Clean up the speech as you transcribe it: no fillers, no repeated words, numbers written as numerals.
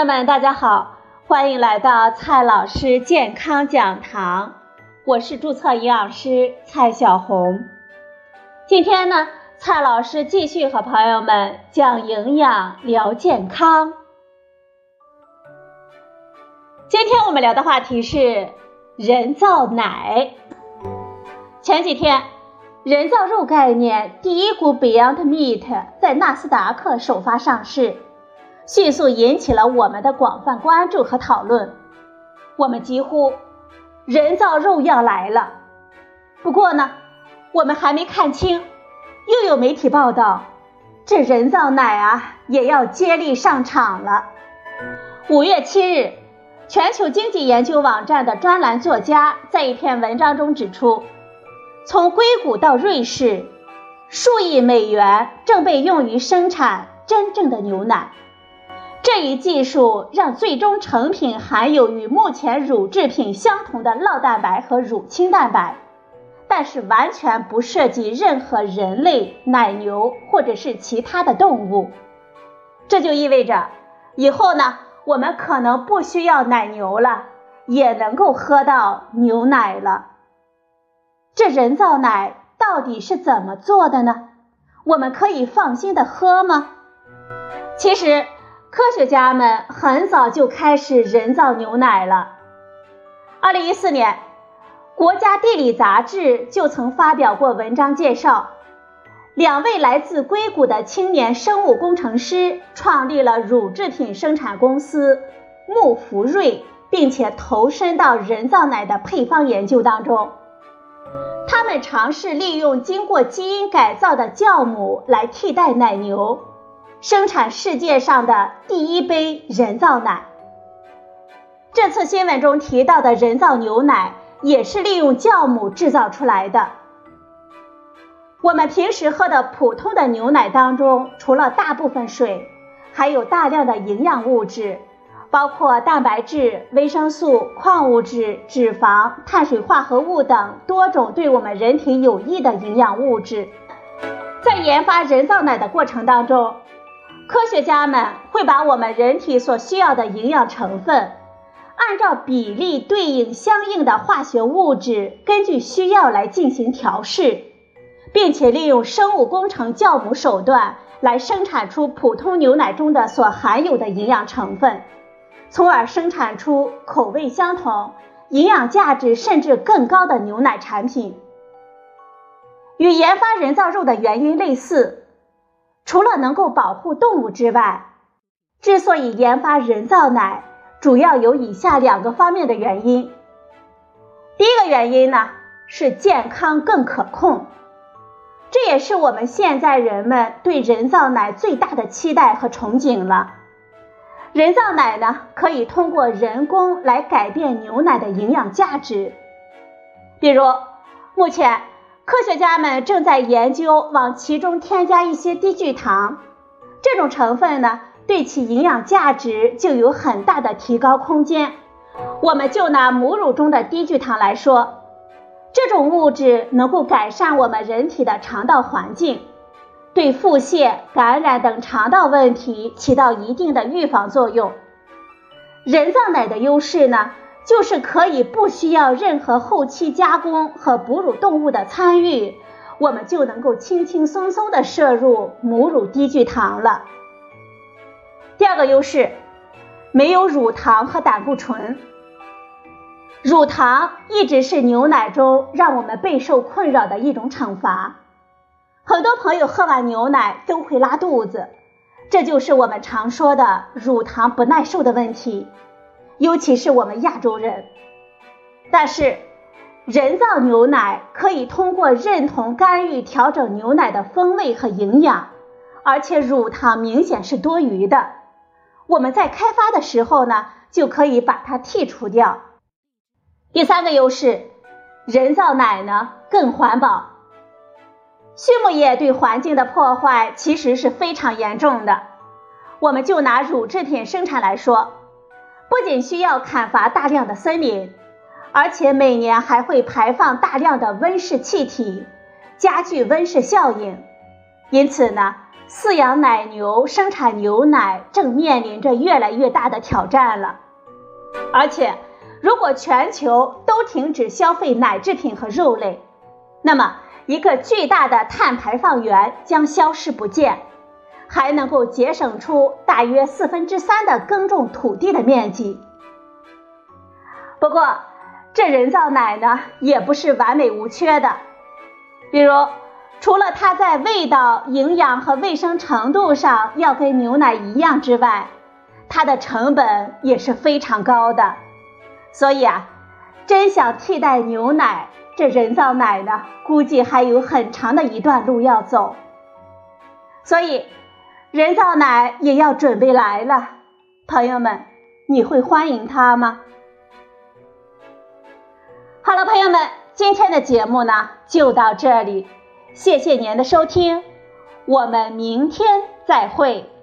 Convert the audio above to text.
友们，大家好，欢迎来到蔡老师健康讲堂，我是注册营养师蔡小红。今天呢，蔡老师继续和朋友们讲营养聊健康。今天我们聊的话题是人造奶。前几天，人造肉概念第一股 Beyond Meat 在纳斯达克首发上市，迅速引起了我们的广泛关注和讨论。我们几乎人造肉要来了。不过呢，我们还没看清，又有媒体报道，这人造奶也要接力上场了。5月7日，全球经济研究网站的专栏作家在一篇文章中指出，从硅谷到瑞士，数亿美元正被用于生产真正的牛奶。这一技术让最终成品含有与目前乳制品相同的酪蛋白和乳清蛋白，但是完全不涉及任何人类、奶牛或者是其他的动物。这就意味着以后呢，我们可能不需要奶牛了，也能够喝到牛奶了。这人造奶到底是怎么做的呢？我们可以放心的喝吗？其实科学家们很早就开始人造牛奶了。2014年，国家地理杂志就曾发表过文章介绍，2位来自硅谷的青年生物工程师创立了乳制品生产公司牧福瑞，并且投身到人造奶的配方研究当中。他们尝试利用经过基因改造的酵母来替代奶牛，生产世界上的第一杯人造奶。这次新闻中提到的人造牛奶也是利用酵母制造出来的。我们平时喝的普通的牛奶当中，除了大部分水，还有大量的营养物质，包括蛋白质、维生素、矿物质、脂肪、碳水化合物等多种对我们人体有益的营养物质。在研发人造奶的过程当中，科学家们会把我们人体所需要的营养成分，按照比例对应相应的化学物质，根据需要来进行调试，并且利用生物工程酵母手段来生产出普通牛奶中的所含有的营养成分，从而生产出口味相同、营养价值甚至更高的牛奶产品。与研发人造肉的原因类似，除了能够保护动物之外，之所以研发人造奶，主要有以下2个方面的原因。第一个原因呢，是健康更可控。这也是我们现在人们对人造奶最大的期待和憧憬了。人造奶呢，可以通过人工来改变牛奶的营养价值。比如，目前科学家们正在研究往其中添加一些低聚糖，这种成分呢，对其营养价值就有很大的提高空间。我们就拿母乳中的低聚糖来说，这种物质能够改善我们人体的肠道环境，对腹泻、感染等肠道问题起到一定的预防作用。人造奶的优势呢，就是可以不需要任何后期加工和哺乳动物的参与，我们就能够轻轻松松地摄入母乳低聚糖了。第二个优势，没有乳糖和胆固醇。乳糖一直是牛奶中让我们备受困扰的一种惩罚。很多朋友喝完牛奶都会拉肚子，这就是我们常说的乳糖不耐受的问题，尤其是我们亚洲人。但是人造牛奶可以通过认同干预调整牛奶的风味和营养，而且乳糖明显是多余的，我们在开发的时候呢，就可以把它剔除掉。第3个优势，人造奶呢更环保。畜牧业对环境的破坏其实是非常严重的。我们就拿乳制品生产来说，不仅需要砍伐大量的森林，而且每年还会排放大量的温室气体，加剧温室效应。因此呢， 饲养奶牛、生产牛奶正面临着越来越大的挑战了。而且，如果全球都停止消费奶制品和肉类，那么一个巨大的碳排放源将消失不见，还能够节省出大约3/4的耕种土地的面积。不过，这人造奶呢，也不是完美无缺的。比如，除了它在味道、营养和卫生程度上要跟牛奶一样之外，它的成本也是非常高的。所以真想替代牛奶，这人造奶呢，估计还有很长的一段路要走。所以，人造奶也要准备来了。朋友们，你会欢迎它吗？好了，朋友们，今天的节目呢，就到这里。谢谢您的收听，我们明天再会。